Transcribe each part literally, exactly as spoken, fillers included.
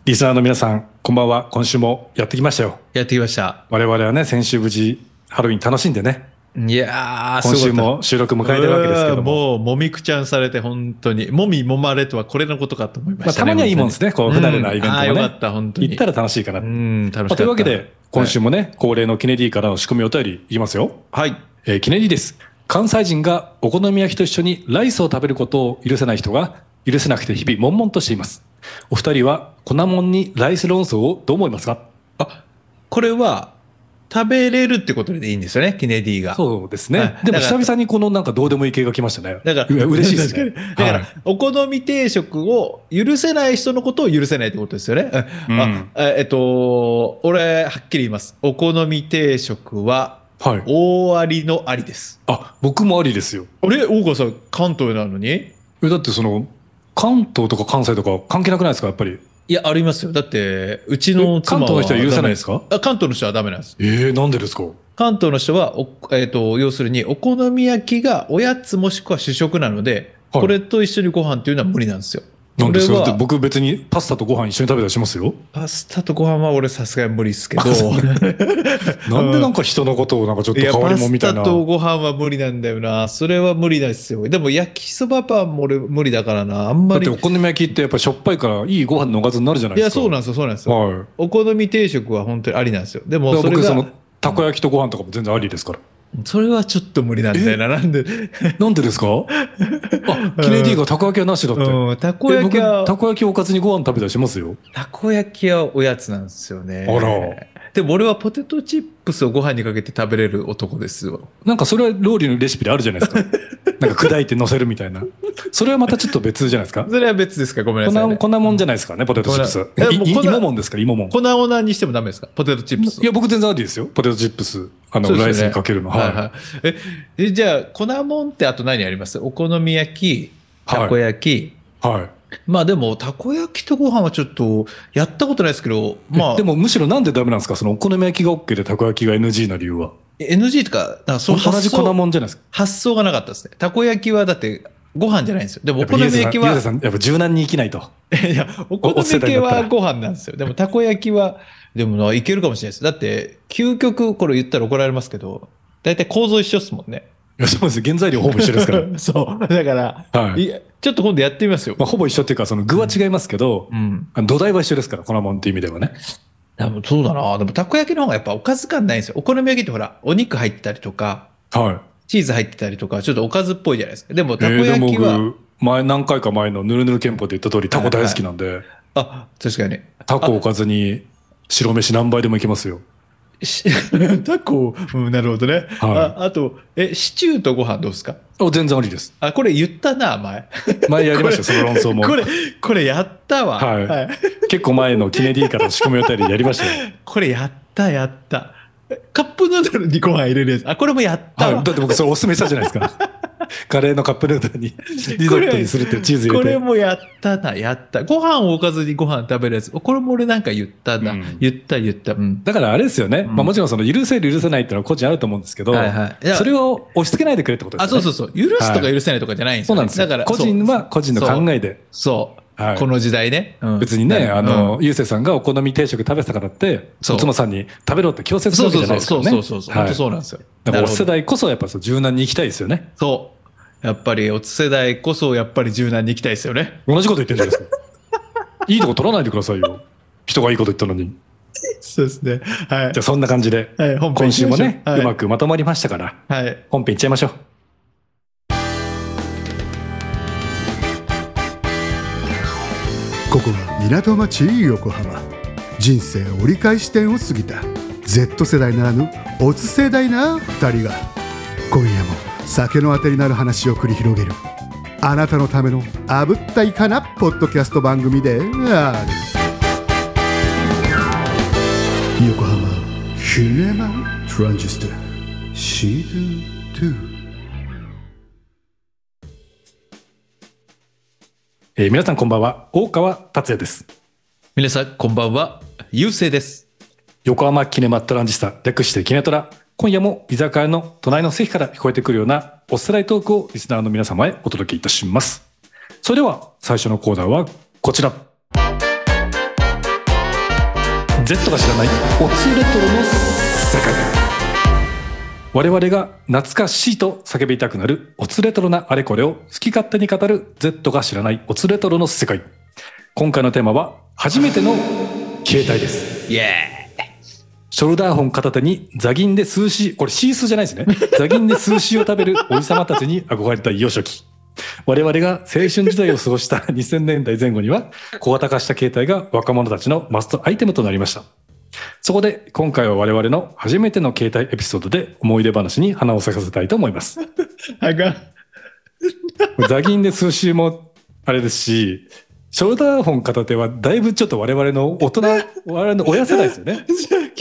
リスナーの皆さん、こんばんは。今週もやってきましたよ。 やってきました。 我々はね、先週無事ハロウィン楽しんでね。 いやー、 今週も収録迎えてるわけですけども。 もう、もみくちゃんされて、本当に。もみもまれとはこれのことかと思いましたね。まあ、 たまにはいいもんですね。こう、不慣れなイベントもね。あ、 よかった、本当に。 行ったら楽しいかな。うん、 楽しかった。 というわけで、今週もね、はい、恒例のキネディからの仕込みお便りいきますよ。 はい。 えー、キネディです。関西人がお好み焼きと一緒にライスを食べることを許せない人が、許せなくて日々悶々としています。お二人は粉もんにライス論争をどう思いますか？ あ、これは食べれるってことでいいんですよね、キネディが。 そうですね。はい、でも久々にこのなんかどうでもいい系が来ましたね。 だから嬉しいですね。 だから、はい、お好み定食を許せない人のことを許せないってことですよね。うん、あえっと、俺はっきり言います。お好み定食は大ありのありです。 はい、あ、僕もありですよ。 あれ、大川さん関東なのに？え、 だってその関東とか関西とか関係なくないですか、やっぱり。 いや、ありますよ。だって、うちの妻は。 関東の人は許せないですか？ あ、関東の人はダメなんです。 ええー、なんでですか？ 関東の人は、えっと、要するに、お好み焼きがおやつもしくは主食なので、はい、これと一緒にご飯っていうのは無理なんですよ。 なんですか？僕別にパスタとご飯一緒に食べたりしますよ。 パスタとご飯は俺さすがに無理ですけど。 なんでなんか人のことをなんかちょっと変わりもんみたいな。 パスタとご飯は無理なんだよな。それは無理ですよ。でも焼きそばパンも俺無理だからな。あんまり。 だってお好み焼きってやっぱしょっぱいからいいご飯のおかずになるじゃないですか。 いや、そうなんですよ、そうなんですよ。はい、お好み定食は本当にありなんですよ。でもそれが。僕そのたこ焼きとご飯とかも全然ありですから。 それはちょっと無理なんだよな。なんでなんでですか？あ、キネディがたこ焼きはなしだって。 うん、たこ焼きは。 たこ焼きおかずにご飯食べたりしますよ。 たこ焼きはおやつなんですよね。 あら。 でも俺はポテトチップスをご飯にかけて食べれる男ですよ。 なんかそれはローリーのレシピであるじゃないですか。なんか砕いて乗せるみたいな。それはまたちょっと別じゃないですか。 それは別ですか？ごめんなさい、ね。 粉もんじゃないですかね、ポテトチップス。芋もんですから、芋もん。 粉を何にしてもダメですか？ポテトチップス。 いや、僕全然ありですよ。ポテトチップス。あの、ね、ライスにかけるの。はい、はい。 え、じゃあ、粉もんってあと何あります？お好み焼き、たこ焼き。 はい。はい、まあでも、たこ焼きとご飯はちょっと、やったことないですけど、まあ。 でもむしろなんでダメなんですか？そのお好み焼きが OK でたこ焼きが エヌジー な理由は。 エヌジー とか、だからその同じ粉もんじゃないですか。 発想がなかったですね。たこ焼きはだって、ご飯じゃないんですよ。でもお好み焼きは。 ゆうせいさん、やっぱ柔軟に生きないと。 いや、お好み焼きはご飯なんですよ。でもたこ焼きは、でもいけるかもしれないです。だって、究極、これ言ったら怒られますけど、大体構造一緒ですもんね。 いや、そうです。原材料ほぼ一緒ですから。 そう。だから、はい、ちょっと今度やってみますよ。 まあ、ほぼ一緒っていうか、その具は違いますけど、うんうん、土台は一緒ですから、粉もんっていう意味ではね。 でもそうだな。でもたこ焼きの方がやっぱおかず感ないんですよ。お好み焼きってほら、お肉入ってたりとか、はい、チーズ入ってたりとか、ちょっとおかずっぽいじゃないですか。でもたこ焼きは、えー、 前何回か前のぬるぬる憲法で言った通りタコ大好きなんで、はいはい、 あ、確かにタコおかずに白飯何杯でもいけますよ。 タコ、うん、なるほどね、はい、あ, あとえシチューとご飯どうですか？ あ、全然ありです。 あ、これ言ったな前前やりましたよその論争も。 これこれやったわ、 はいはい、結構前のキネディから仕込みあたりやりましたよ。 これやったやったカップヌードルにご飯入れるやつ。あ、これもやったわ、 はい、だって僕それおすすめしたじゃないですか。カレーのカップヌードルにリゾットにするってチーズ入れて。 これもやったな、やった。ご飯をおかずにご飯食べるやつ。これも俺なんか言ったな。うん、言った言った、うん。 だからあれですよね。うん、まあもちろんその許せる許せないっていうのは個人あると思うんですけど、はいはい、それを押し付けないでくれってことですね。 あ、そうそうそう。許すとか許せないとかじゃないんですよ、ね。はい、そうなんですよ。だから個人は個人の考えで。 そう。そうはい、この時代ね。 うん、別にね、あの、ゆうせいさんがお好み定食食べてたからって、お妻さんに食べろって強制するわけじゃないですからね。 そうそうそうそう。本当そうなんですよ。 だからお世代こそやっぱ柔軟に行きたいですよね。 そう。やっぱりお世代こそやっぱり柔軟に行きたいですよね。 同じこと言ってるんじゃないですか。いいとこ取らないでくださいよ。人がいいこと言ったのに。 そうですね。はい。 じゃあそんな感じで、はい、今週もね、はい、うまくまとまりましたから、はい、本編いっちゃいましょう。 ここは港町横浜。人生折り返し点を過ぎた Z 世代ならぬオツ世代なふたりが今夜も酒のあてになる話を繰り広げるあなたのための炙ったいかなポッドキャスト番組である。横浜キネマトランジスタシーズンツー。 えー、皆さんこんばんは、大川達也です。 皆さんこんばんは、ゆうせいです。 横浜キネマトランジスタ、略してキネトラ。今夜も居酒屋の隣の席から聞こえてくるようなお世代トークをリスナーの皆様へお届けいたします。それでは最初のコーナーはこちら。 Z が知らないおつレトロの世界。我々が懐かしいと叫びたくなるおつレトロなあれこれを好き勝手に語る Z が知らないおつレトロの世界。今回のテーマは初めての携帯です。 イエーイ。 ショルダーホン片手に座銀で数詞、これシースじゃないですね。座銀で数詞を食べるおじさまたちに憧れた幼少期。我々が青春時代を過ごしたにせんねんだいぜん後には小型化した携帯が若者たちのマストアイテムとなりました。そこで今回は我々の初めての携帯エピソードで思い出話に花を咲かせたいと思います。 あが座銀で数詞もあれですし、ショルダーホン片手はだいぶちょっと我々の大人、我々の親世代ですよね。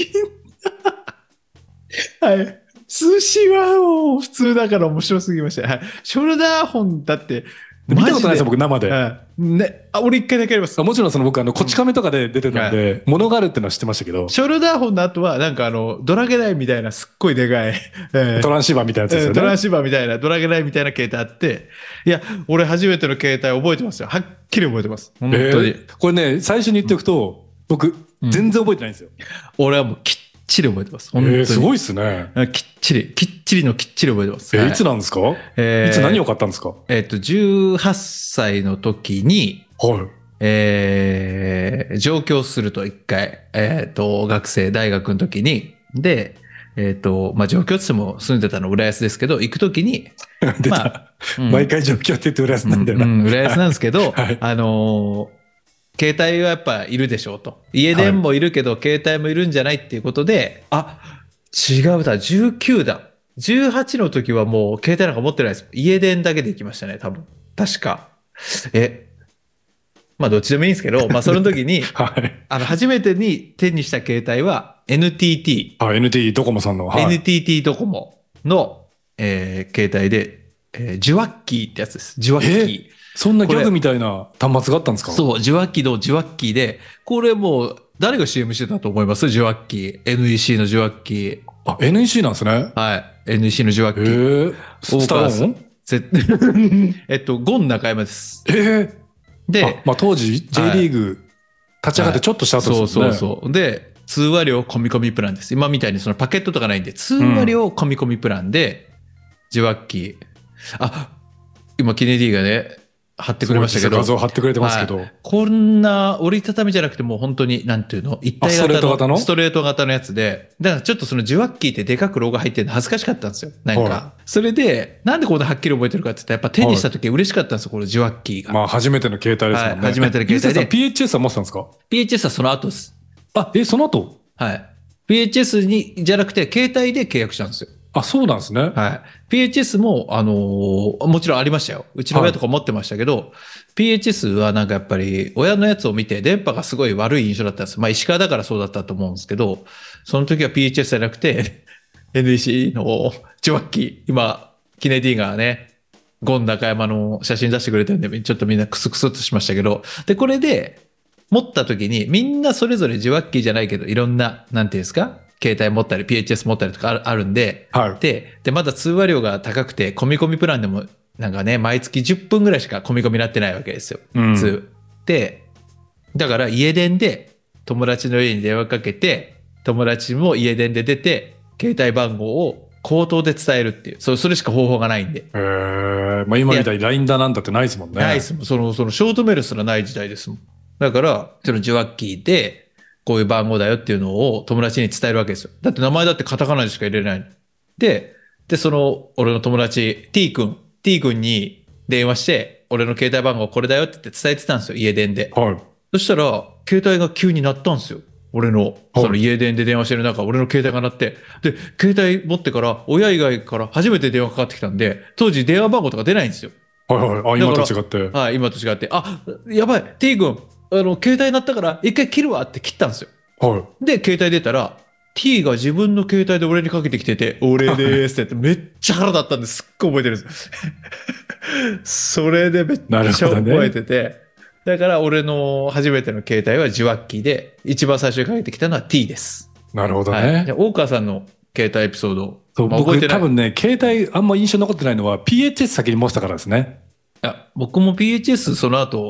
はい。数詞はもう普通だから面白すぎました。はい。ショルダーホンだって見たことないですよ僕生で。 はい、ね、あ俺一回だけあります。 もちろんその僕あのこち亀とかで出てたんで、うん、物があるっていうのは知ってましたけど。 ショルダーホンの後はなんかあのドラゲライみたいなすっごいでかい、 えー、トランシーバーみたいなやつですよね。 トランシーバーみたいなドラゲライみたいな携帯あって、いや俺初めての携帯覚えてますよ。はっきり覚えてます。本当に。えー、 これね最初に言っておくと、うん、僕全然覚えてないんですよ。 うん、俺はもうきっちり覚えてます。本当に。 えー、すごいっすね。 きっちり、きっちりのきっちり覚えてます。 えーはい、いつなんですか？えー、いつ何を買ったんですか？ えっと、じゅうはっさいの時に、 はい。 えー、上京すると一回、えっと、学生、大学の時に、で、えっと、まあ、上京っても住んでたの浦安ですけど、行く時に、 出た、まあうん、毎回上京って言って浦安なんだよな。 うんうん、浦安なんですけど、はい、あのー、携帯はやっぱいるでしょうと。家電もいるけど、はい、携帯もいるんじゃないっていうことで、あ、違うだ、じゅうきゅうだ。じゅうはちの時はもう携帯なんか持ってないです。家電だけで行きましたね、多分。確か。え、まあどっちでもいいんですけど、まあその時に、はい、あの、初めてに手にした携帯は エヌティーティー。 あ、エヌティー ドコモさんの。 はい、エヌティーティー ドコモの、えー、携帯で、えー、受話器ってやつです。受話器。えーそんなギャグみたいな端末があったんですか？ そう、受話器の受話器で、これもう、誰が シーエム してたと思います？受話器。エヌイーシー の受話器。 あ、エヌイーシー なんですね。 はい。エヌイーシー の受話器。 えー、スタローンえっと、ゴン中山です。 えー、で、まあ、当時 J リーグ立ち上がってちょっとした後ですね。 そうそうそう。で、通話料込み込みプランです。今みたいにそのパケットとかないんで、通話料込み込みプランで、受話器。あ、今、キネディがね、貼ってくれましたけど。 画像貼ってくれてますけど。 はい、こんな折りたたみじゃなくてもう本当に、なんていうの一体型の。ストレート型のストレート型のやつで。だからちょっとその受話器ってでかくロゴが入ってるの恥ずかしかったんですよ。なんか。はい、それで、なんでこんなはっきり覚えてるかって言ったら、やっぱ手にした時嬉しかったんですよ、この受話器が。 まあ初めての携帯ですもんね。はい、 初めての携帯で。 ピーエイチエス は持ってたんですか？ ピーエイチエス はその後です。 あ、え、その後？ はい。ピーエイチエス に、じゃなくて、携帯で契約したんですよ。 あ、そうなんですね。 はい。ピーエイチエス も、あのー、もちろんありましたよ。うちの親とか持ってましたけど、はい、ピーエイチエス はなんかやっぱり、親のやつを見て、電波がすごい悪い印象だったんです。まあ、石川だからそうだったと思うんですけど、その時は ピーエイチエス じゃなくて、エヌイーシー の受話器、今、キネディがね、ゴン中山の写真出してくれてるんで、ちょっとみんなクスクスっとしましたけど、で、これで、持った時に、みんなそれぞれ受話器じゃないけど、いろんな、なんていうんですか携帯持ったり ピーエイチエス 持ったりとかあ る, あるんで、はい、で、で、まだ通話料が高くて、込み込みプランでも、なんかね、毎月じゅっぷんぐらいしか込み込みになってないわけですよ。うん、で、だから家電で友達の家に電話かけて、友達も家電で出て、携帯番号を口頭で伝えるっていう、それ、それしか方法がないんで。 へー、まあ今みたいに ライン だなんだってないですもんね。 ないですもん。その、そのショートメールすらない時代ですもん。だから、その受話器で、こういう番号だよっていうのを友達に伝えるわけですよ。だって名前だってカタカナでしか入れない。で、で、その、俺の友達、T 君、T 君に電話して、俺の携帯番号これだよって言って伝えてたんですよ、家電で。はい。そしたら、携帯が急に鳴ったんですよ。俺の、その家電で電話してる中、俺の携帯が鳴って。で、携帯持ってから、親以外から初めて電話かかってきたんで、当時電話番号とか出ないんですよ。 はいはい。あ、今と違って。 はい、今と違って。あ、やばい、T 君、あの、携帯鳴ったから一回切るわって切ったんですよ。はい。で、携帯出たら、T が自分の携帯で俺にかけてきてて、俺でーすって言ってめっちゃ腹立ったんですっごい覚えてるんです。それでめっちゃ覚えてて、ね、だから俺の初めての携帯は受話器で、一番最初にかけてきたのは T です。 なるほどね。 はい、で大川さんの携帯エピソード。 そう、まあ、僕多分ね、携帯あんま印象残ってないのは ピーエイチエス 先に持ってたからですね。 いや、僕も ピーエイチエス その後、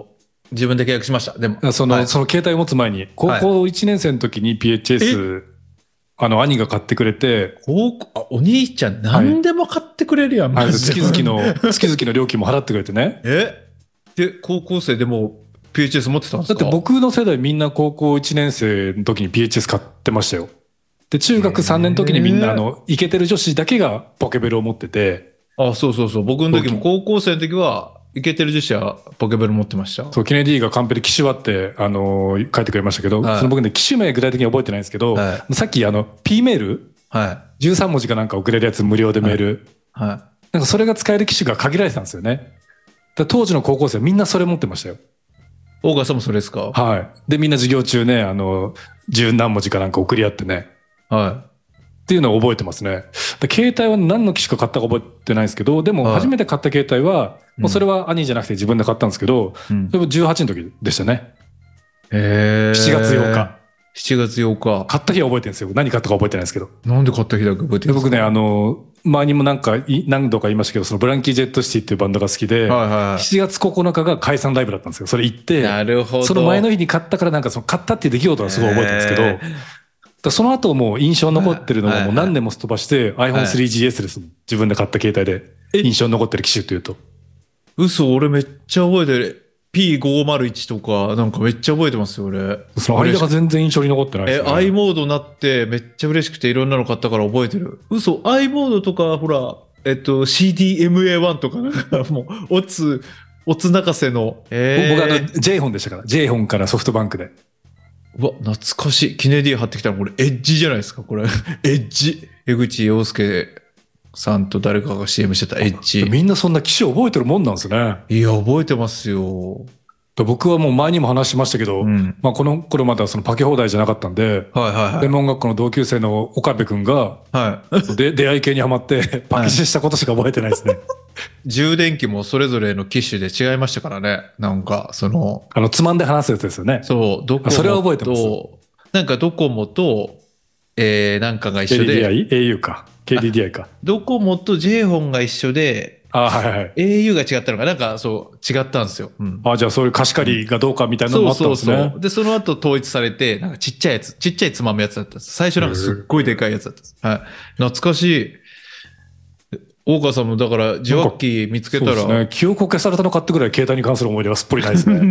自分で契約しました。でも。 その、 はい、 その携帯を持つ前に、高校いちねん生の時に ピーエイチエス、あの、兄が買ってくれて。 高校、あ、お兄ちゃん何でも買ってくれるやん。 はい、月々の、月々の料金も払ってくれてね。 えで、高校生でも ピーエイチエス 持ってたんですか？ だって僕の世代みんな高校いちねん生の時に ピーエイチエス 買ってましたよ。で、中学さんねんの時にみんな、あの、イケてる女子だけがポケベルを持ってて。 あ、そうそうそう。僕の時も高校生の時は、イケてる女子はポケベル持ってました。 そう、ケネディがカンペで機種はって、あのー、書いてくれましたけど、はい、その僕ね、機種名具体的に覚えてないんですけど、はい、さっきあの、P メール、はい、じゅうさん文字かなんか送れるやつ無料でメール、はいはい、なんかそれが使える機種が限られてたんですよね。だ当時の高校生みんなそれ持ってましたよ。 大川さんもそれですか？ はい。で、みんな授業中ね、あの、十何文字かなんか送り合ってね。はい。っていうのを覚えてますね。携帯は何の機種か買ったか覚えてないんですけど、でも初めて買った携帯は、もうそれは兄じゃなくて自分で買ったんですけど、うん、それもじゅうはちの時でしたね。 へー。 しちがつようか。 しちがつようか。 買った日は覚えてるんですよ。何買ったか覚えてないですけど。 なんで買った日だけ覚えてるんですか？ 僕ね、あの、前にもなんか何度か言いましたけど、そのブランキー・ジェット・シティっていうバンドが好きで、はいはい、しちがつここのかが解散ライブだったんですよ。それ行って、なるほど。その前の日に買ったからなんかその買ったっていう出来事はすごい覚えてるんですけど、だその後もう印象に残ってるのがもう何年もすっ飛ばして アイフォンスリージーエス ですもん。自分で買った携帯で印象に残ってる機種っていうと。 嘘、俺めっちゃ覚えてる。ピーごーまるいち とかなんかめっちゃ覚えてますよ俺。 その間が全然印象に残ってないですね。 え、i モードになってめっちゃ嬉しくていろんなの買ったから覚えてる。嘘、i モードとかほら、えっと シーディーエムエーワン とかなんかもうおつおつ泣かせの。 えー、僕あの J フォンでしたから。J フォンからソフトバンクで。 うわ、懐かしい。キネディ貼ってきたらこれエッジじゃないですか、これ。エッジ。江口洋介さんと誰かが シーエム してたエッジ。 みんなそんな機種覚えてるもんなんですね。 いや、覚えてますよ。 僕はもう前にも話しましたけど、うん、まあこの頃まだそのパケ放題じゃなかったんで、はいはいはい、専門学校の同級生の岡部くんが、はい、で出会い系にハマってパケシしたことしか覚えてないですね。はい、 充電器もそれぞれの機種で違いましたからね。なんかそのあのつまんで話すやつですよね。 そう、ドコモとそれは覚えてます。なんかドコモと、えー、なんかが一緒でケーディーディーアイ？ エーユー か ケーディーディーアイ かドコモと J フォンが一緒で、 あ、はいはい、 エーユー が違ったのかなんかそう違ったんですよ。うん、 あ、じゃあそういう貸し借りがどうかみたいなのもあったんですね。 そうそうそう。でその後統一されてなんかちっちゃいやつ、ちっちゃいつまむやつだったんです。最初なんかすっごいでかいやつだったんです。はい。懐かしい。大川さんもだから受話器見つけたら、そうですね、 記憶を消されたのかってぐらい携帯に関する思い出はすっぽりないですね。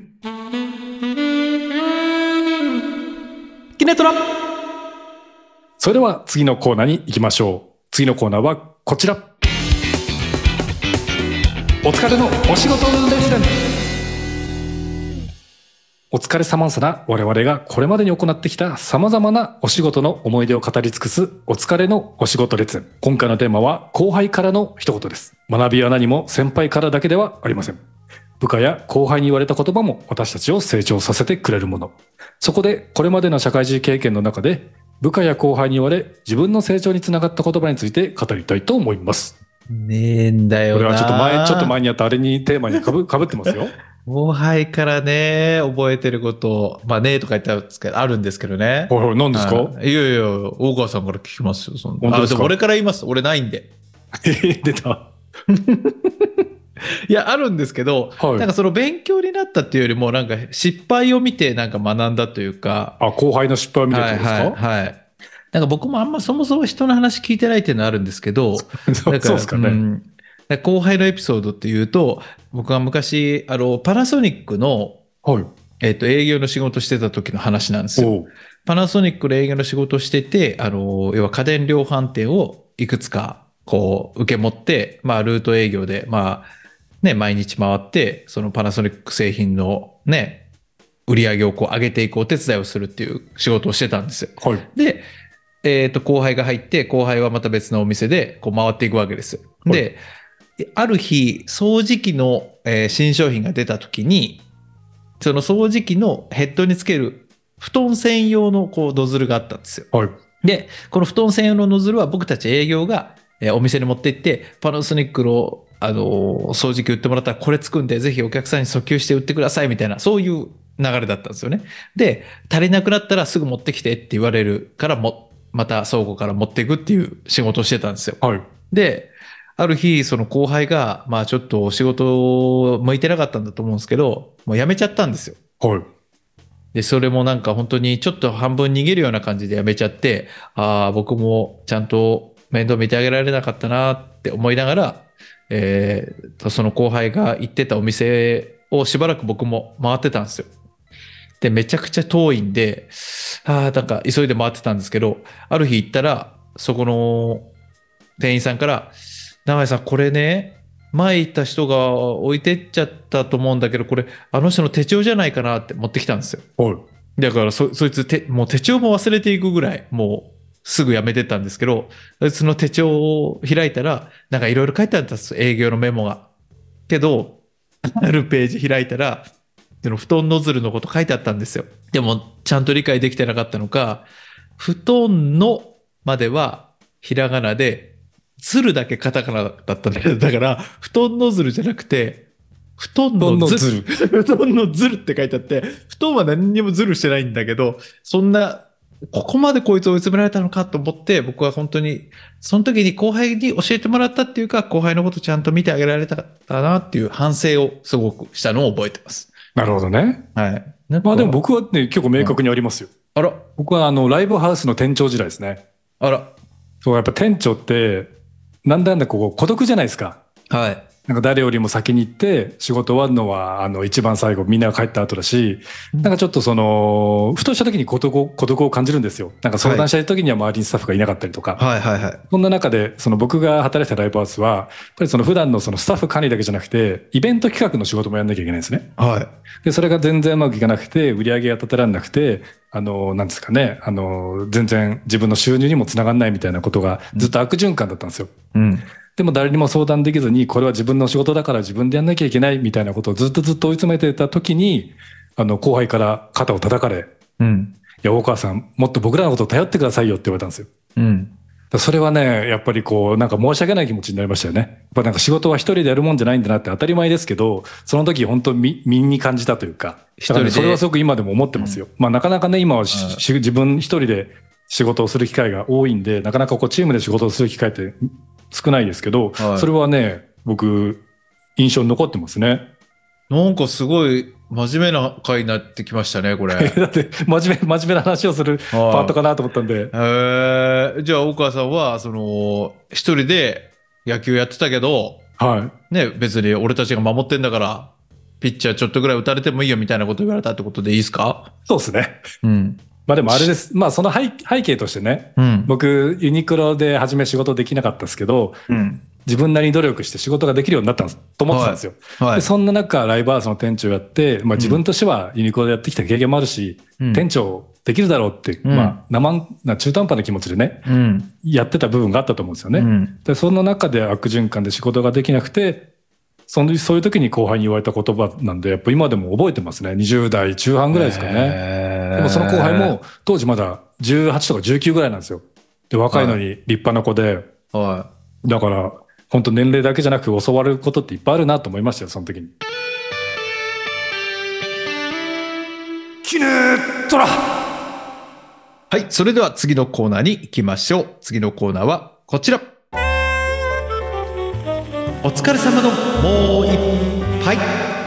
キネトラ。 それでは次のコーナーに行きましょう。次のコーナーはこちら。お疲れのお仕事レッスン。お疲れ様さな我々がこれまでに行ってきた様々なお仕事の思い出を語り尽くすお疲れのお仕事レッスン。今回のテーマは後輩からの一言です。学びは何も先輩からだけではありません。部下や後輩に言われた言葉も私たちを成長させてくれるもの。そこでこれまでの社会人経験の中で部下や後輩に言われ自分の成長につながった言葉について語りたいと思います。 ねえんだよな。 これはちょっと前、ちょっと前にやったあれにテーマにかぶ、かぶってますよ。 後輩からね、覚えてること、まあねとか言ったらですけど、あるんですけどね。 はいはい、何ですか？ いやいや、大川さんから聞きますよ。そんな。あ、でも俺から言います。俺ないんで。 出た。 いや、あるんですけど、はい、なんかその勉強になったっていうよりも、なんか失敗を見てなんか学んだというか。 あ、後輩の失敗を見てるんですか？ はい、はい、はい。なんか僕もあんまそもそも人の話聞いてないっていうのはあるんですけど、 そうですかね。うん、 後輩のエピソードっていうと、僕は昔、あの、パナソニックの、はい、えっと、営業の仕事してた時の話なんですよ。パナソニックの営業の仕事してて、あの、要は家電量販店をいくつか、こう、受け持って、まあ、ルート営業で、まあ、ね、毎日回って、そのパナソニック製品のね、売り上げをこう上げていくお手伝いをするっていう仕事をしてたんですよ。はい、で、えっと、後輩が入って、後輩はまた別のお店でこう回っていくわけです。はい、で、ある日、掃除機の、えー、新商品が出た時に、その掃除機のヘッドにつける布団専用のこうノズルがあったんですよ。はい、で、この布団専用のノズルは僕たち営業が、えー、お店に持って行って、パナソニックの、あのー、掃除機売ってもらったらこれつくんで、ぜひお客さんに訴求して売ってくださいみたいな、そういう流れだったんですよね。で、足りなくなったらすぐ持ってきてって言われるからも、また倉庫から持っていくっていう仕事をしてたんですよ。はい、で、 ある日、その後輩が、まあちょっと仕事向いてなかったんだと思うんですけど、もう辞めちゃったんですよ。 はい。 で、それもなんか本当にちょっと半分逃げるような感じで辞めちゃって、ああ、僕もちゃんと面倒見てあげられなかったなって思いながら、えー、その後輩が行ってたお店をしばらく僕も回ってたんですよ。で、めちゃくちゃ遠いんで、ああ、なんか急いで回ってたんですけど、ある日行ったら、そこの店員さんから、永井さん、これね、前行った人が置いてっちゃったと思うんだけど、これ、あの人の手帳じゃないかなって持ってきたんですよ。 はい。 だからそ、そいつて、もう手帳も忘れていくぐらい、もうすぐやめてったんですけど、その手帳を開いたら、なんかいろいろ書いてあったんです、営業のメモが。けど、あるページ開いたら、その布団ノズルのこと書いてあったんですよ。でも、ちゃんと理解できてなかったのか、布団のまではひらがなで、ズルだけカタカナだったんだけど、だから、布団ノズルじゃなくて、布団のズル。布団のズルって書いてあって、布団は何にもズルしてないんだけど、そんな、ここまでこいつ追い詰められたのかと思って、僕は本当に、その時に後輩に教えてもらったっていうか、後輩のことちゃんと見てあげられたなっていう反省をすごくしたのを覚えてます。 なるほどね。 はい。 まあでも僕はね、結構明確にありますよ。 うん、あら。 僕はあの、ライブハウスの店長時代ですね。 あら。 そう、やっぱ店長って、なんだなんだこう孤独じゃないですか。 はい。 なんか誰よりも先に行って仕事終わるのはあの一番最後みんなが帰った後だし、なんかちょっとそのふとした時に孤独を孤独を感じるんですよ。なんか相談したい時には周りにスタッフがいなかったりとか。 はいはいはい。 そんな中でその僕が働いてたライブハウスはやっぱりその普段のそのスタッフ管理だけじゃなくてイベント企画の仕事もやんなきゃいけないんですね。 はい。 でそれが全然うまくいかなくて売り上げが立てられなくて、あのなんですかね、あの全然自分の収入にもつながらないみたいなことがずっと悪循環だったんですよ。 うん。 でも誰にも相談できずに、これは自分の仕事だから自分でやんなきゃいけないみたいなことをずっとずっと追い詰めてた時に、あの後輩から肩を叩かれ、 うん、 いや大川さんもっと僕らのことを頼ってくださいよって言われたんですよ。 うん、 それはね、やっぱりこうなんか申し訳ない気持ちになりましたよね。やっぱなんか仕事は一人でやるもんじゃないんだなって当たり前ですけど、その時本当に身に感じたというか、だから、ね、それはすごく今でも思ってますよ。うん、まあなかなかね今はし、うん、自分一人で仕事をする機会が多いんで、なかなかこうチームで仕事をする機会って少ないですけど、はい、それはね僕印象に残ってますね。 なんかすごい真面目な回になってきましたねこれ。 だって真面目真面目な話をするパートかなと思ったんで。 へえ。じゃあ大川さんはその一人で野球やってたけど、 はい、 ね別に俺たちが守ってんだからピッチャーちょっとぐらい打たれてもいいよみたいなこと言われたってことでいいですか？ そうですね。 うん。 まあでもあれです。まあその背背景としてね、うん、僕ユニクロで初め仕事できなかったですけど、うん、自分なりに努力して仕事ができるようになったんですと思ってたんですよ。はいはい、でそんな中ライブハウスの店長やって、まあ、自分としてはユニクロでやってきた経験もあるし、うん、店長できるだろうって、うん、まあ生な中途半端な気持ちでね、うん、やってた部分があったと思うんですよね。うん、でその中で悪循環で仕事ができなくて。そのそういう時に後輩に言われた言葉なんで、やっぱ今でも覚えてますね。にじゅう代中半ぐらいですかね。でもその後輩も当時まだじゅうはちとかじゅうきゅうぐらいなんですよ。で、若いのに立派な子で。はい。だから、本当年齢だけじゃなく教わることっていっぱいあるなと思いましたよ、その時に。キネトラ！ はい、それでは次のコーナーに行きましょう。次のコーナーはこちら。お疲れ様のもう一杯。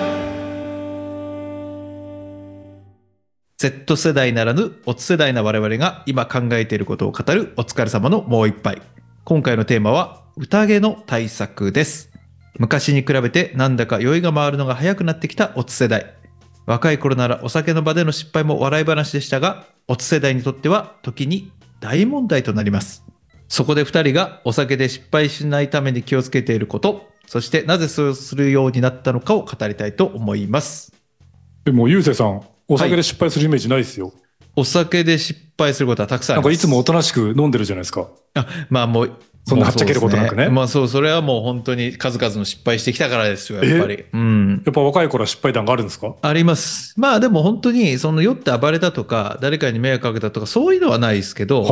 Z 世代ならぬオツ世代な我々が今考えていることを語るお疲れ様のもう一杯。今回のテーマは宴の対策です。昔に比べてなんだか酔いが回るのが早くなってきたオツ世代。若い頃ならお酒の場での失敗も笑い話でしたが、オツ世代にとっては時に大問題となります。そこでふたりがお酒で失敗しないために気をつけていること、そしてなぜそうするようになったのかを語りたいと思います。 でもゆうせいさん、お酒で失敗するイメージないですよ。はい、 お酒で失敗することはたくさんあります。 なんかいつもおとなしく飲んでるじゃないですか。 あ、まあもうそんなはっちゃけることなくね。 まあそう、それはもう本当に数々の失敗してきたからですよ、やっぱり。うん。 やっぱ若い頃は失敗談があるんですか？ あります。まあでも本当にその酔って暴れたとか誰かに迷惑かけたとかそういうのはないですけど、はい、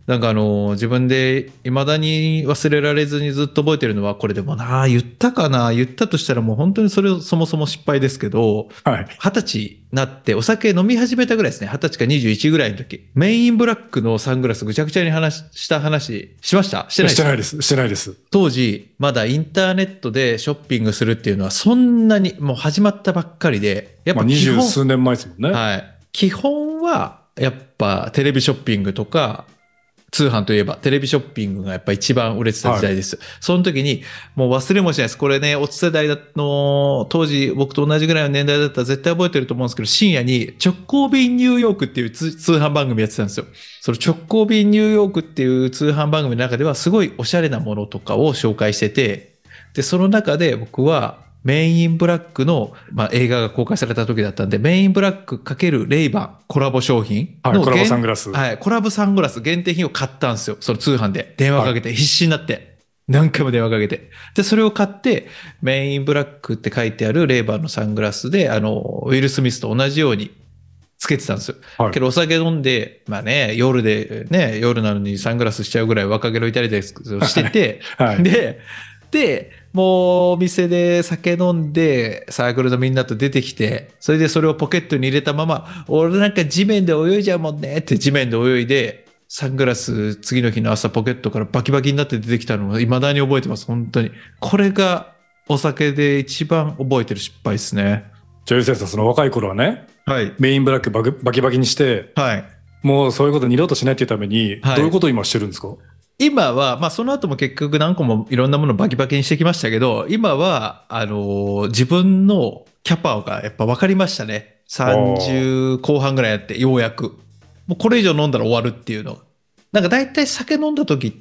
なんかあの、自分で未だに忘れられずにずっと覚えてるのは、これでもな、言ったかな、言ったとしたらもう本当にそれそもそも失敗ですけど、 はい。 二十歳になってお酒飲み始めたぐらいですね。二十歳かにじゅういちぐらいの時。メインブラックのサングラスぐちゃぐちゃに話した話しましたしてないですしてないです。してないです。 当時、まだインターネットでショッピングするっていうのはそんなにもう始まったばっかりで、やっぱ二十基本、 数年前ですもんね。 はい。基本はやっぱテレビショッピングとか、通販といえばテレビショッピングがやっぱ一番売れてた時代です。はい、その時にもう忘れもしないです。これね、おつ世代の当時僕と同じぐらいの年代だったら絶対覚えてると思うんですけど、深夜に直行便ニューヨークっていう通販番組やってたんですよ。その直行便ニューヨークっていう通販番組の中ではすごいおしゃれなものとかを紹介してて、で、その中で僕はメインブラックの、まあ、映画が公開された時だったんで、メインブラック×レイバンコラボ商品の、 はい、コラボサングラス。 はい、コラボサングラス限定品を買ったんですよ。その通販で。電話かけて、必死になって。何回も電話かけて。で、それを買って、メインブラックって書いてあるレイバンのサングラスで、あの、ウィル・スミスと同じようにつけてたんですよ。はい、けどお酒飲んで、まあね、夜で、ね、夜なのにサングラスしちゃうぐらい若気の至りでしてて、はいはい、で、で、もうお店で酒飲んでサークルのみんなと出てきて、それでそれをポケットに入れたまま、俺なんか地面で泳いじゃうもんねって地面で泳いで、サングラス次の日の朝ポケットからバキバキになって出てきたのを未だに覚えてます。本当に。これがお酒で一番覚えてる失敗ですね。 じゃあ、ゆうせいさん、その若い頃はね、はい、メインブラックババキバキにして、はい、もうそういうこと二度としないっていうために、はい、どういうことを今してるんですか？ 今は、まあその後も結局何個もいろんなものをバキバキにしてきましたけど、今は、あの、自分のキャパがやっぱ分かりましたね。さんじゅう後半ぐらいやって、ようやく。もうこれ以上飲んだら終わるっていうの。なんか大体酒飲んだ時って、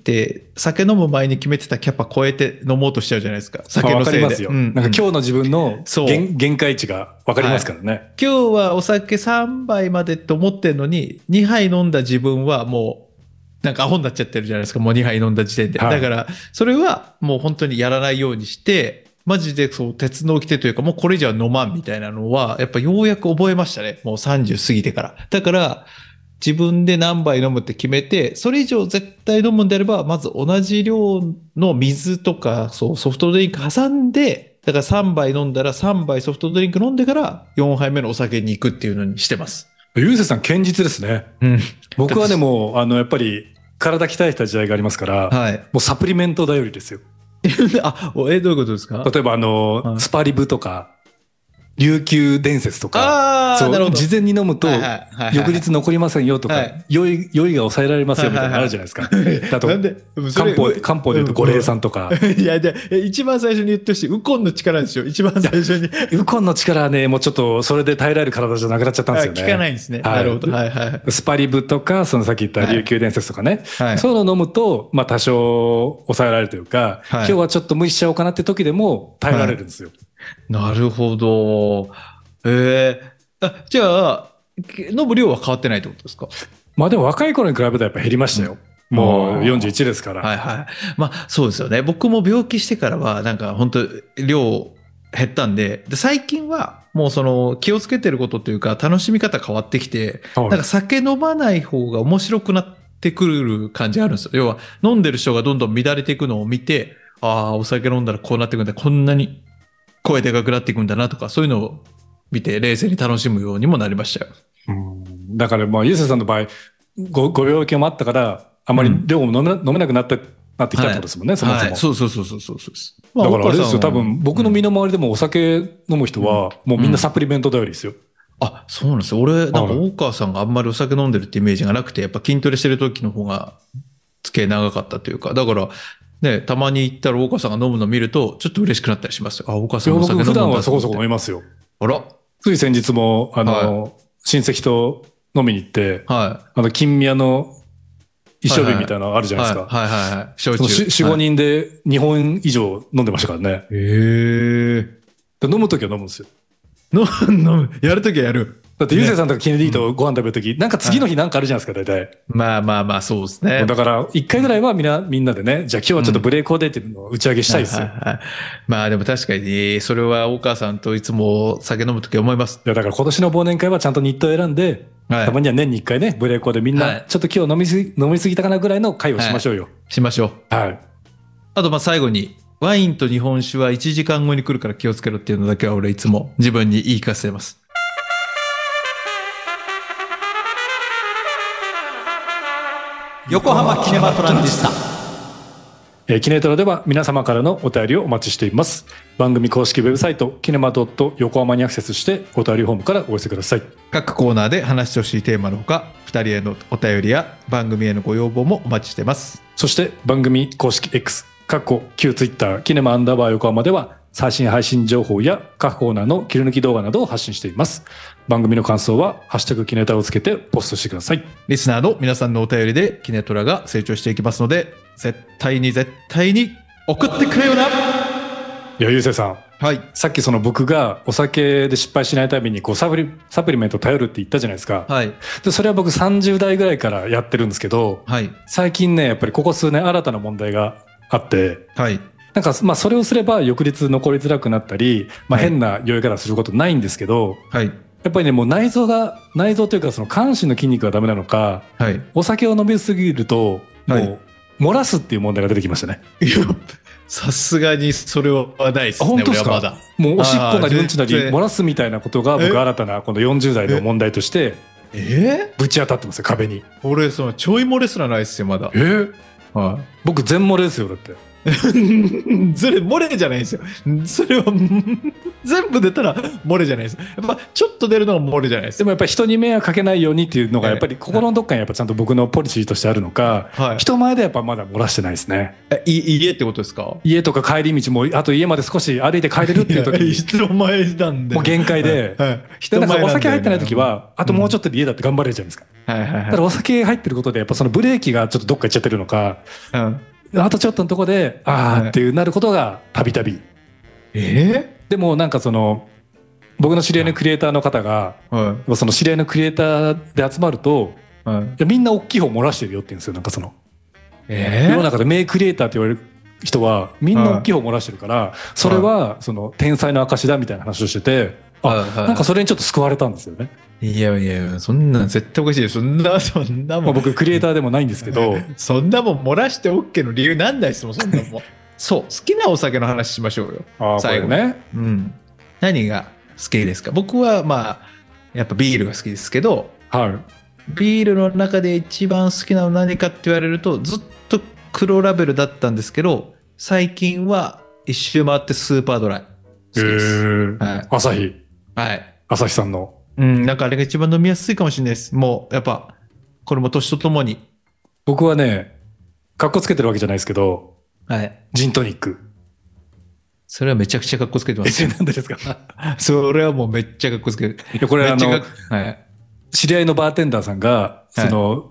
酒飲む前に決めてたキャパ超えて飲もうとしちゃうじゃないですか。酒のせいで。 わかりますよ。うん、なんか今日の自分の限、限界値が分かりますからね、はい。 今日はお酒さんばいまでって思ってるのに、にはい飲んだ自分はもう、なんかアホになっちゃってるじゃないですか。もうにはい飲んだ時点で。はい、だから、それはもう本当にやらないようにして、マジでそう、鉄の掟というか、もうこれ以上飲まんみたいなのは、やっぱようやく覚えましたね。もうさんじゅう過ぎてから。だから、自分で何杯飲むって決めて、それ以上絶対飲むんであれば、まず同じ量の水とか、そう、ソフトドリンク挟んで、だからさんばい飲んだらさんばいソフトドリンク飲んでからよんはいめのお酒に行くっていうのにしてます。 ゆうせいさん、堅実ですね。うん。僕はでも、あの、やっぱり、体鍛えた時代がありますから、はい、もうサプリメント頼りですよ。 あ、え、どういうことですか？ 例えば、あの、はい、スパリブとか、琉球伝説とか、そう、事前に飲むと、翌日残りませんよとか、酔い、酔いが抑えられますよみたいなのあるじゃないですか。だと、漢方、漢方で言うと五苓散とか。 いや、で、一番最初に言ってほしい、ウコンの力ですよ。一番最初に。 ウコンの力はね、もうちょっと、それで耐えられる体じゃなくなっちゃったんですよね。 効かないんですね。なるほど。はいはい。 スパリブとか、そのさっき言った琉球伝説とかね。そういうのを飲むと、まあ多少抑えられるというか、今日はちょっと無理しちゃおうかなって時でも耐えられるんですよ。 なるほど。ええー、あ、じゃあ、飲む量は変わってないってことですか？ まあでも若い頃に比べたらやっぱ減りましたよ。うん、もうよんじゅういちですから。 はいはい。まあそうですよね。僕も病気してからはなんか本当量減ったんで、で最近はもうその気をつけてることというか楽しみ方変わってきて、はい、なんか酒飲まない方が面白くなってくる感じがあるんですよ。要は飲んでる人がどんどん乱れていくのを見て、ああ、お酒飲んだらこうなっていくんだ、こんなに声でかくなっていくんだなとか、そういうのを見て冷静に楽しむようにもなりましたよ。 うん、だからまあゆうせいさんの場合 ご, ご病気もあったからあまり量も飲め な,、うん、飲めなくなってなってきたってことですもんね、はい、そもそも、はい、 そうそうそうそうそうそう、 だからあれですよ、多分僕の身の回りでもお酒飲む人はもうみんなサプリメント頼りですよ、うんうん、 あ、そうなんですよ。俺なんか大川さんがあんまりお酒飲んでるってイメージがなくて、やっぱ筋トレしてる時の方が付け長かったというか、だからね、たまに行ったら大川さんが飲むのを見るとちょっと嬉しくなったりしますよ。あ、大川さんがお酒飲むんだ。 僕普段はそこそこ飲みますよ。 あら、 つい先日も、あの、はい、親戚と飲みに行って、はい、あの、金宮の一升瓶みたいなのあるじゃないですか。はいはいはい、はい。焼酎。よん、ごにんでにほん以上飲んでましたからね。へえ。 飲むときは飲むんですよ。 飲む、飲む。やるときはやる。 だってゆうせいさんとかケネディとご飯食べるとき、うん、なんか次の日なんかあるじゃないですか、大体。 まあまあまあ、そうですね。 だから、一回ぐらいはみんな、みんなでね、じゃあ今日はちょっとブレイクを出てるのを打ち上げしたいですよ。うん、はいはいはい、 まあでも確かに、それは大川さんといつも酒飲むとき思います。 いや、だから今年の忘年会はちゃんと日程を選んで、 はい、 たまには年にいっかいね、ブレイコでみんな、ちょっと今日飲みすぎ、飲みすぎたかなぐらいの会をしましょうよ。はい、 しましょう。 はい。 あと、まあ最後に、ワインと日本酒はいちじかんごに来るから気をつけろっていうのだけは俺いつも自分に言い聞かせてます。横浜キネマトランジスタ。 えー、キネトラでは皆様からのお便りをお待ちしています。番組公式ウェブサイトキネマドット横浜にアクセスしてお便りフォームからお寄せください。 各コーナーで話してほしいテーマのほか、ふたりへのお便りや番組へのご要望もお待ちしています。 そして番組公式 X、かっこ旧ツイッターキネマアンダーバー横浜では最新配信情報や各コーナーの切り抜き動画などを発信しています。番組の感想はハッシュタグキネタをつけてポストしてください。 リスナーの皆さんのお便りでキネトラが成長していきますので、絶対に絶対に送ってくれよな。いや、ゆうせいさん、 はい、 さっきその僕がお酒で失敗しないためにこうサプリ、サプリメントを頼るって言ったじゃないですか。 はい、 でそれは僕さんじゅう代ぐらいからやってるんですけど、 はい、 最近ねやっぱりここ数年新たな問題があって、 はい、 なんかまあそれをすれば翌日残りづらくなったり、まあ、変な酔い方することないんですけど、 はい、 やっぱりねもう内臓が内臓というかその下半身の筋肉がダメなのか、 はい、 お酒を飲みすぎるともう、はい、漏らすっていう問題が出てきましたね。 いやさすがにそれはないですね。 本当ですか？ 俺はまだもうおしっこなりうんちなり漏らすみたいなことが僕新たなこのよんじゅう代の問題としてぶち当たってますよ、壁に。 俺そのちょい漏れすらないですよまだ。 えーはい、 僕全漏れですよだって。 それ漏れじゃないですよ。それは全部出たら漏れじゃないです。やっぱちょっと出るのが漏れじゃないです。 でもやっぱり人に迷惑かけないようにっていうのがやっぱり心のどっかにやっぱちゃんと僕のポリシーとしてあるのか、はい、人前でやっぱまだ漏らしてないですね。 え家ってことですか？ 家とか帰り道もあと家まで少し歩いて帰れるっていう時に人前なんでもう限界で、はいはい、人前なんでお酒入ってない時はあともうちょっとで家だって頑張れるじゃないですか。 はいはいはい、 だからお酒入ってることでやっぱそのブレーキがちょっとどっか行っちゃってるのか、うんあとちょっとのとこであーっていうなることがたびたび。 えでもなんかその僕の知り合いのクリエイターの方が、はい、その知り合いのクリエイターで集まると、はい、いやみんな大きい方漏らしてるよって言うんですよ。なんかその、えー、世の中で名クリエイターって言われる人はみんな大きい方漏らしてるから、はい、それはその天才の証だみたいな話をしてて、はいはい、なんかそれにちょっと救われたんですよね。 いやいやそんなん絶対おかしいです。そんなそんなもん、まあ、 僕クリエイターでもないんですけどそんなもん漏らして OK の理由なんだいですもんそんなもんそう好きなお酒の話しましょうよ。 あ最後ね、 うん、何が好きですか？僕はまあやっぱビールが好きですけど、 はい、 ビールの中で一番好きなの何かって言われるとずっと黒ラベルだったんですけど、最近は一周回ってスーパードライ好きです。 へー、はい、朝日、 はい、 朝日さんのうん、なんかあれが一番飲みやすいかもしれないです。もうやっぱこれも年とともに。 僕はねかっこつけてるわけじゃないですけど、 はい、 ジントニック。 それはめちゃくちゃかっこつけてます。 えなんでですか？ それはもうめっちゃかっこつけてる。 いやこれあの、はい、知り合いのバーテンダーさんがその、はい、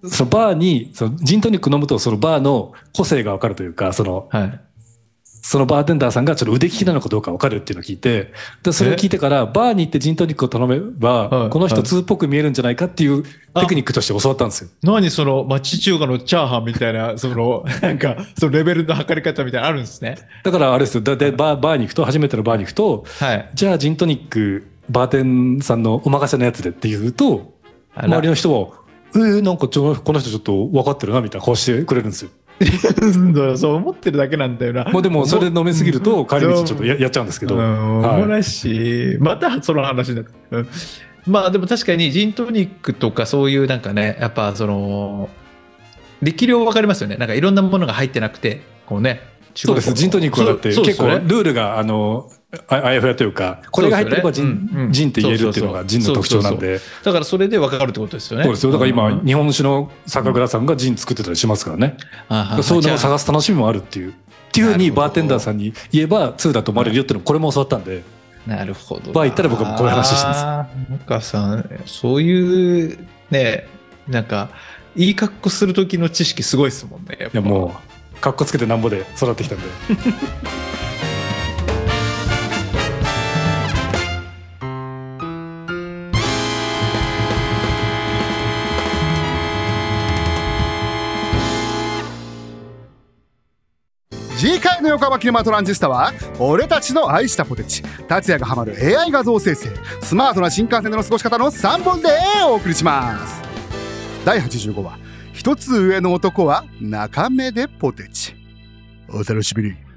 そのバーにそのジントニック飲むとそのバーの個性が分かるというか、その、はい、そのバーテンダーさんがちょっと腕利きなのかどうか分かるっていうのを聞いて、でそれを聞いてからバーに行ってジントニックを頼めばこの人通っぽく見えるんじゃないかっていうテクニックとして教わったんですよ。 何その町中華のチャーハンみたいなそのなんかそのレベルの測り方みたいなのあるんですね。 だからあれですよ。だでバーバーに行くと初めてのバーに行くと、はい、じゃあジントニックバーテンさんのお任せのやつでって言うと周りの人はえー、なんかちょこの人ちょっと分かってるなみたいな顔してくれるんですよ。 そう思ってるだけなんだよな。 もうでもそれで飲みすぎると帰り道ちょっと や, やっちゃうんですけど、 はい、らしいまたその話になって、うん、まあでも確かにジントニックとかそういうなんかねやっぱその力量分かりますよね。なんかいろんなものが入ってなくてこうね。 そうです。ジントニックはだって結構ルールがあのあやふやというかこれが入ってればジン、ねうん、ジンって言えるっていうのがジンの特徴なんで、 だからそれで分かるってことですよね。 そうですよ。だから今、うん、日本酒の酒蔵さんがジン作ってたりしますからね、うん、そういうのを探す楽しみもあるっていうっていうふうにバーテンダーさんに言えばツーだと思われるよっていうのこれも教わったんで。 なるほど。 バー行ったら僕もこういう話してます。 なんかさそういうねなんかいい格好する時の知識すごいですもんね。 いやもうかっこつけてなんぼで育ってきたんで次回の横浜キネマトランジスタは俺たちの愛したポテチ、達也がハマる エーアイ 画像生成、スマートな新幹線での過ごし方のさんぼんでお送りします。だいはちじゅうごわ、一つ上の男は中目でポテチ。お楽しみに。